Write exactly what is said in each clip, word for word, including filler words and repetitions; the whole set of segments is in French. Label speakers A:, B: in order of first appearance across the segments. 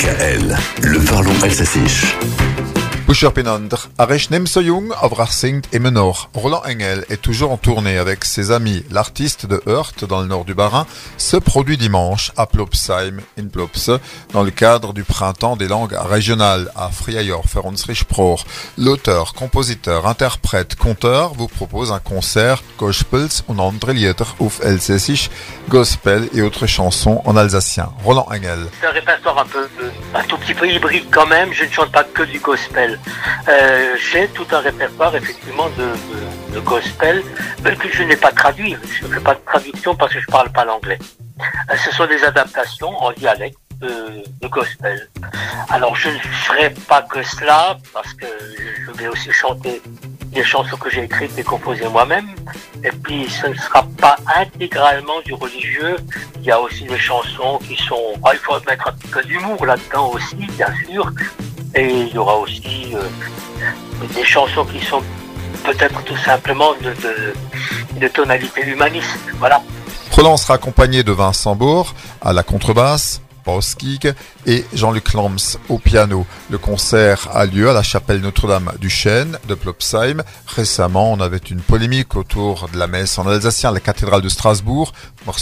A: D K L, le Parlons Elsassisch.
B: Buscher Penander, Arech nem so jung, aber er singt immer noch. Roland Engel est toujours en tournée avec ses amis. L'artiste de Heurt, dans le nord du Bas-Rhin, se produit dimanche à Plopsheim, in Plopse, dans le cadre du printemps des langues régionales à Friayor, für unsere Sprache. L'auteur, compositeur, interprète, conteur vous propose un concert Gospels und andere Lieder auf Elsassisch, gospel et autres chansons en alsacien. Roland Engel.
C: C'est un répertoire un peu, un tout petit peu hybride quand même. Je ne chante pas que du gospel. Euh, j'ai tout un répertoire effectivement de, de, de gospel mais que je n'ai pas traduit. Je ne fais pas de traduction parce que je parle pas l'anglais. Euh, ce sont des adaptations en dialecte de, de gospel. Alors je ne ferai pas que cela parce que je vais aussi chanter des chansons que j'ai écrites et composées moi-même. Et puis ce ne sera pas intégralement du religieux. Il y a aussi des chansons qui sont... Ah, il faut mettre un petit peu d'humour là-dedans aussi, bien sûr. Et il y aura aussi euh, des chansons qui sont peut-être tout simplement de, de, de tonalité humaniste. Voilà.
B: Roland sera accompagné de Vincent Bourg à la contrebasse, Boskig et Jean-Luc Lams au piano. Le concert a lieu à la chapelle Notre-Dame du Chêne de Plopsheim. Récemment, on avait une polémique autour de la messe en alsacien à la cathédrale de Strasbourg.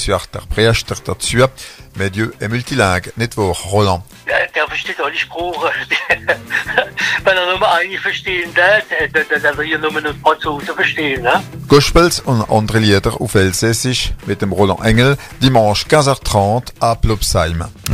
B: Mais Dieu est multilingue, nicht wahr, Roland?
C: Der versteht alle Sprachen. Wenn er nur eine verstehen darf, dann will ich nur einen Franzosen verstehen. Ne?
B: Gospels und andere Lieder auf Elsassisch mit dem Roland Engel, dimanche quinze heures trente à Plopsheim.